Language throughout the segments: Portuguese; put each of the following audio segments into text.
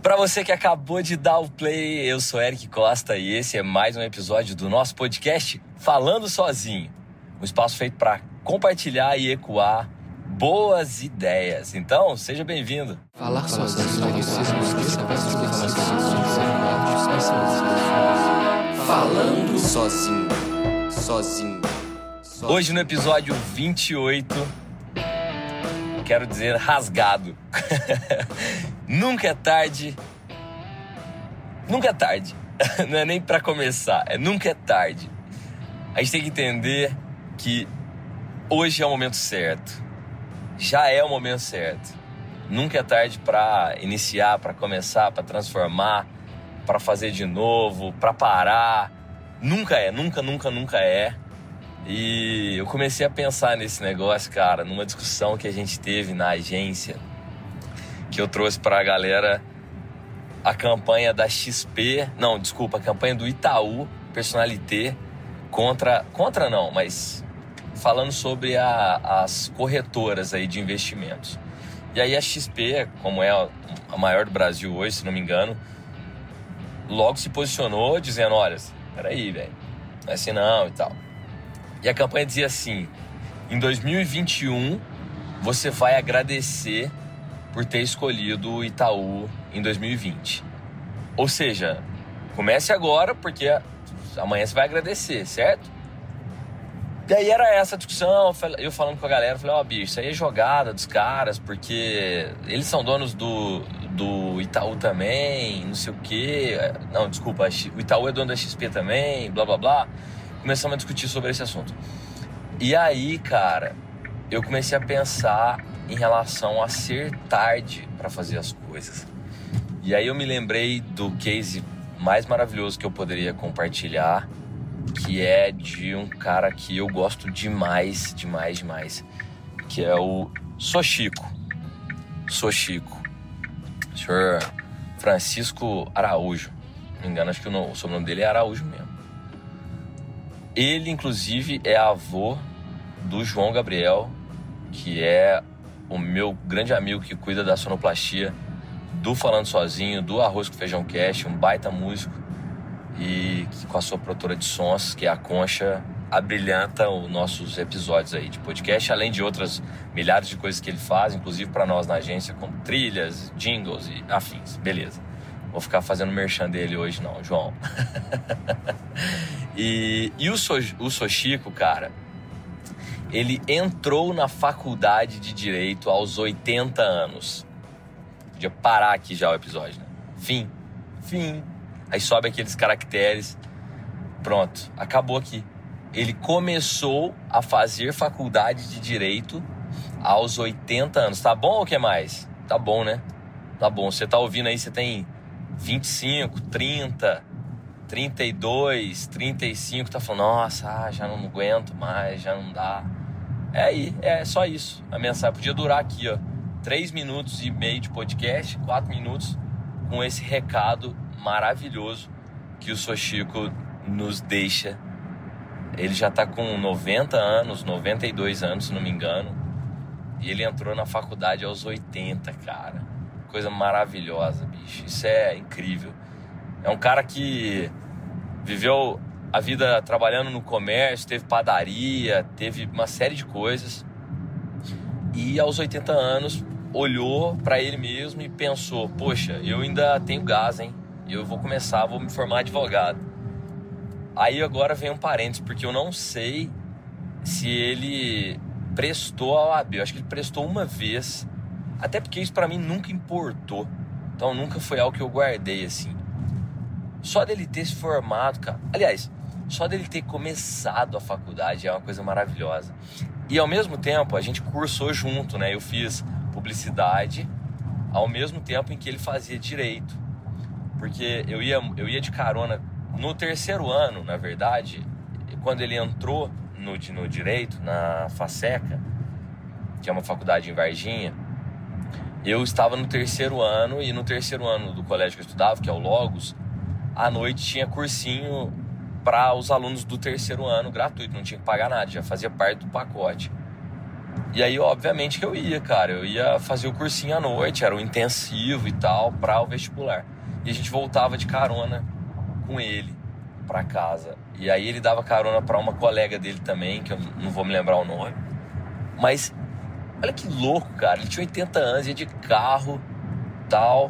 Para você que acabou de dar o play, eu sou Eric Costa e esse é mais um episódio do nosso podcast Falando Sozinho. Um espaço feito para compartilhar e ecoar boas ideias. Então, seja bem-vindo. Falar sozinho. Falando sozinho. Hoje no episódio 28, quero dizer rasgado. Nunca é tarde. Nunca é tarde. Não é nem pra começar, nunca é tarde. A gente tem que entender que hoje é o momento certo. Já é o momento certo. Nunca é tarde pra iniciar, pra começar, pra transformar, pra fazer de novo, pra parar. Nunca é. E eu comecei a pensar nesse negócio, cara, numa discussão que a gente teve na agência, que eu trouxe pra galera a campanha da XP, a campanha do Itaú Personalité contra não, mas falando sobre as corretoras aí de investimentos. E aí a XP, como é a maior do Brasil hoje, se não me engano, logo se posicionou dizendo, olha, peraí, velho, não é assim não e tal. E a campanha dizia assim, em 2021 você vai agradecer por ter escolhido o Itaú em 2020. Ou seja, comece agora porque amanhã você vai agradecer, certo? E aí era essa discussão, eu falando com a galera, falei, bicho, isso aí é jogada dos caras, porque eles são donos do Itaú também, não sei o quê. Não, desculpa, o Itaú é dono da XP também, blá, blá, blá. Começamos a discutir sobre esse assunto. E aí, cara, eu comecei a pensar em relação a ser tarde para fazer as coisas. E aí eu me lembrei do case mais maravilhoso que eu poderia compartilhar, que é de um cara que eu gosto demais, que é o Sochico. Senhor Francisco Araújo. Não me engano, acho que o sobrenome dele é Araújo mesmo. Ele, inclusive, é avô do João Gabriel, que é o meu grande amigo que cuida da sonoplastia, do Falando Sozinho, do Arroz com Feijão Cast, um baita músico, e com a sua produtora de sons, que é a Concha, abrilhanta os nossos episódios aí de podcast, além de outras milhares de coisas que ele faz, inclusive para nós na agência, como trilhas, jingles e afins. Beleza. Vou ficar fazendo merchan dele hoje não, João. E o Sochico, cara, ele entrou na faculdade de Direito aos 80 anos. Podia parar aqui já o episódio, né? Fim. Aí sobe aqueles caracteres. Pronto, acabou aqui. Ele começou a fazer faculdade de Direito aos 80 anos. Tá bom ou o que mais? Tá bom, né? Tá bom. Você tá ouvindo aí, você tem 25, 30, 32, 35, tá falando, nossa, já não aguento mais, já não dá. É só isso. A mensagem podia durar aqui, 3 minutos e meio de podcast, 4 minutos, com esse recado maravilhoso que o Sochico nos deixa. Ele já tá com 90 anos, 92 anos, se não me engano, e ele entrou na faculdade aos 80, cara. Coisa maravilhosa, bicho. Isso é incrível. É um cara que viveu a vida trabalhando no comércio, teve padaria, teve uma série de coisas. E aos 80 anos olhou pra ele mesmo e pensou, poxa, eu ainda tenho gás, hein? Eu vou me formar advogado. Aí agora vem um parênteses, porque eu não sei se ele prestou a OAB. Eu acho que ele prestou uma vez, até porque isso pra mim nunca importou. Então nunca foi algo que eu guardei assim. Só dele ter se formado, cara. Aliás, só dele ter começado a faculdade é uma coisa maravilhosa. E ao mesmo tempo, a gente cursou junto, né? Eu fiz publicidade ao mesmo tempo em que ele fazia direito. Porque eu ia de carona no terceiro ano, na verdade, quando ele entrou no direito, na FASECA, que é uma faculdade em Varginha. Eu estava no terceiro ano, e no terceiro ano do colégio que eu estudava, que é o Logos, à noite tinha cursinho para os alunos do terceiro ano gratuito, não tinha que pagar nada, já fazia parte do pacote. E aí, obviamente, que eu ia, cara. Eu ia fazer o cursinho à noite, era o intensivo e tal, para o vestibular. E a gente voltava de carona com ele pra casa. E aí ele dava carona pra uma colega dele também, que eu não vou me lembrar o nome. Mas, olha que louco, cara. Ele tinha 80 anos, ia de carro, tal,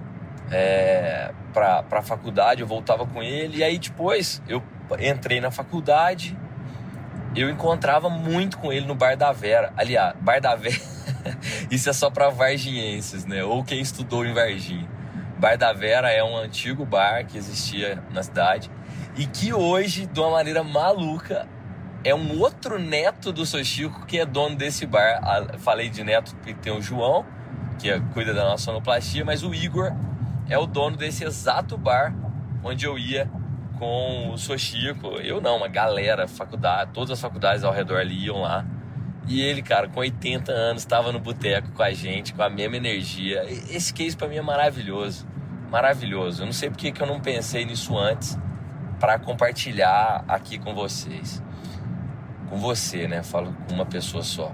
pra faculdade. Eu voltava com ele. E aí, depois, eu entrei na faculdade. Eu encontrava muito com ele no Bar da Vera. Aliás, Bar da Vera, isso é só pra varginhenses, né? Ou quem estudou em Varginha. Bar da Vera é um antigo bar que existia na cidade e que hoje, de uma maneira maluca, é um outro neto do seu Chico que é dono desse bar. Falei de neto porque tem o João, que cuida da nossa sonoplastia, mas o Igor é o dono desse exato bar onde eu ia com o Sochico. Eu não, uma galera, faculdade, todas as faculdades ao redor ali iam lá. E ele, cara, com 80 anos, estava no boteco com a gente, com a mesma energia. Esse case pra mim é maravilhoso. Maravilhoso. Eu não sei porque que eu não pensei nisso antes para compartilhar aqui com vocês. Com você, né? Falo com uma pessoa só.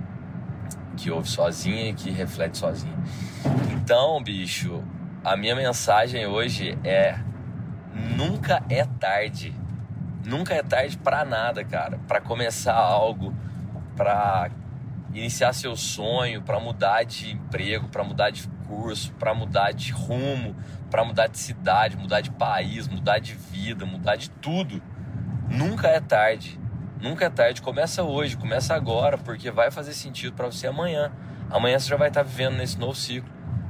Que ouve sozinha e que reflete sozinha. Então, bicho, a minha mensagem hoje é: nunca é tarde. Nunca é tarde pra nada, cara. Pra começar algo, pra iniciar seu sonho, pra mudar de emprego, pra mudar de curso, pra mudar de rumo, pra mudar de cidade, mudar de país, mudar de vida, mudar de tudo. Nunca é tarde. Nunca é tarde. Começa hoje, começa agora, porque vai fazer sentido pra você amanhã. Amanhã você já vai estar vivendo nesse novo ciclo.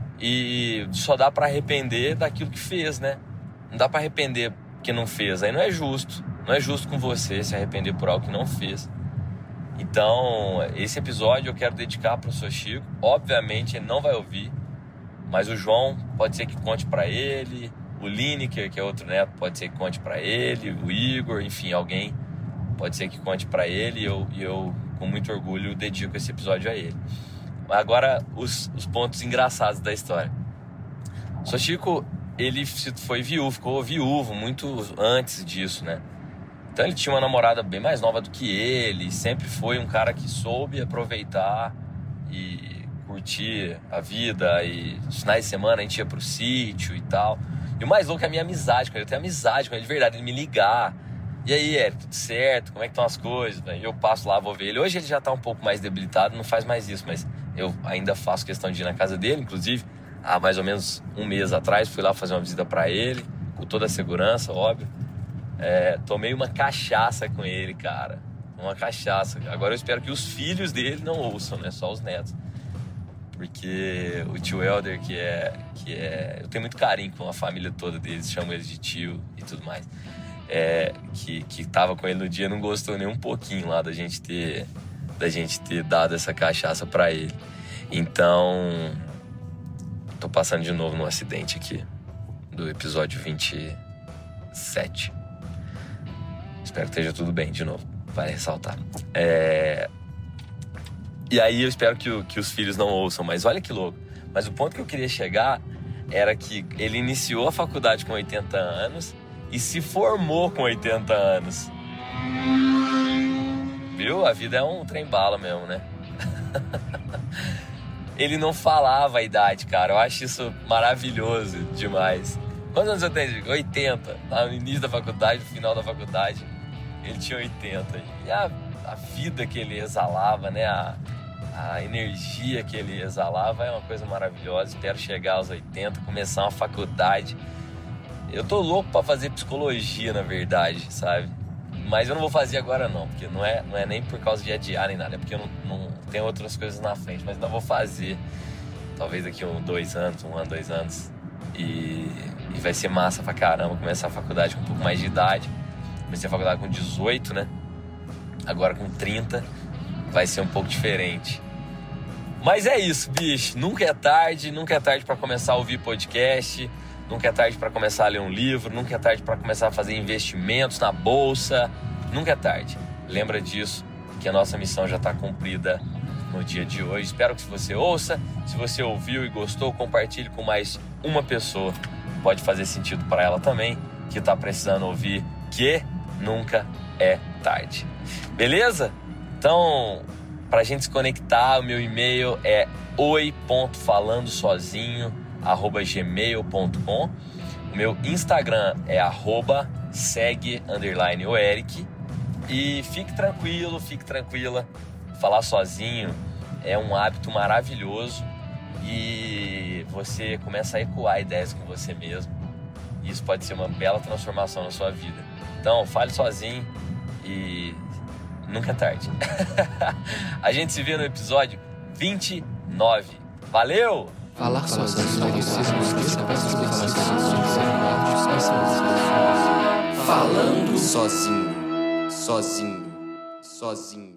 E só dá pra arrepender daquilo que fez, né? Não dá pra arrepender que não fez. Aí não é justo. Não é justo com você se arrepender por algo que não fez. Então, esse episódio eu quero dedicar pro seu Chico. Obviamente ele não vai ouvir, mas o João pode ser que conte pra ele, o Lineker, que é outro neto, pode ser que conte pra ele, o Igor, enfim, alguém pode ser que conte pra ele, e eu com muito orgulho dedico esse episódio a ele. Agora, os pontos engraçados da história. O seu Chico, ele foi viúvo, ficou viúvo muito antes disso, né? Então ele tinha uma namorada bem mais nova do que ele, sempre foi um cara que soube aproveitar e curtir a vida, e nos finais de semana a gente ia pro sítio e tal. E o mais louco é a minha amizade com ele, eu tenho amizade com ele de verdade, ele me ligar: e aí, Eric, tudo certo? Como é que estão as coisas? E eu passo lá, vou ver ele. Hoje ele já tá um pouco mais debilitado, não faz mais isso, mas eu ainda faço questão de ir na casa dele, inclusive há mais ou menos um mês atrás fui lá fazer uma visita pra ele, com toda a segurança, óbvio. Tomei uma cachaça com ele, cara. Uma cachaça. Agora eu espero que os filhos dele não ouçam, né? Só os netos. Porque o tio Helder, que é... Eu tenho muito carinho com a família toda deles, chamo eles de tio e tudo mais. Que tava com ele no dia, não gostou nem um pouquinho lá da gente ter dado essa cachaça pra ele. Então, tô passando de novo no acidente aqui do episódio 27. Espero que esteja tudo bem de novo, vale ressaltar. E aí eu espero que os filhos não ouçam, mas olha que louco. Mas o ponto que eu queria chegar era que ele iniciou a faculdade com 80 anos e se formou com 80 anos. Viu? A vida é um trem-bala mesmo, né? Ele não falava a idade, cara. Eu acho isso maravilhoso demais. Quantos anos você tem? 80. No início da faculdade, no final da faculdade, ele tinha 80. E a vida que ele exalava, né? A energia que ele exalava é uma coisa maravilhosa. Espero chegar aos 80, começar uma faculdade. Eu tô louco pra fazer psicologia, na verdade, sabe? Mas eu não vou fazer agora não, porque não é nem por causa de adiar nem nada, é porque eu não tenho outras coisas na frente, mas ainda vou fazer, talvez daqui a 2 anos, 1 ano, 2 anos, e vai ser massa pra caramba começar a faculdade com um pouco mais de idade. Comecei a faculdade com 18, né? Agora com 30 vai ser um pouco diferente. Mas é isso, bicho, nunca é tarde pra começar a ouvir podcast. Nunca é tarde para começar a ler um livro, nunca é tarde para começar a fazer investimentos na bolsa, nunca é tarde. Lembra disso, que a nossa missão já está cumprida no dia de hoje. Espero que você ouça, se você ouviu e gostou, compartilhe com mais uma pessoa. Pode fazer sentido para ela também, que está precisando ouvir que nunca é tarde. Beleza? Então, Pra gente se conectar, o meu e-mail é oi.falandosozinho@gmail.com. O meu Instagram é @segue_oeric. E fique tranquilo, fique tranquila. Falar sozinho é um hábito maravilhoso e você começa a ecoar ideias com você mesmo. Isso pode ser uma bela transformação na sua vida. Então, fale sozinho e nunca é tarde. A gente se vê no episódio 29. Valeu! Falar sozinho. Falando sozinho. Sozinho.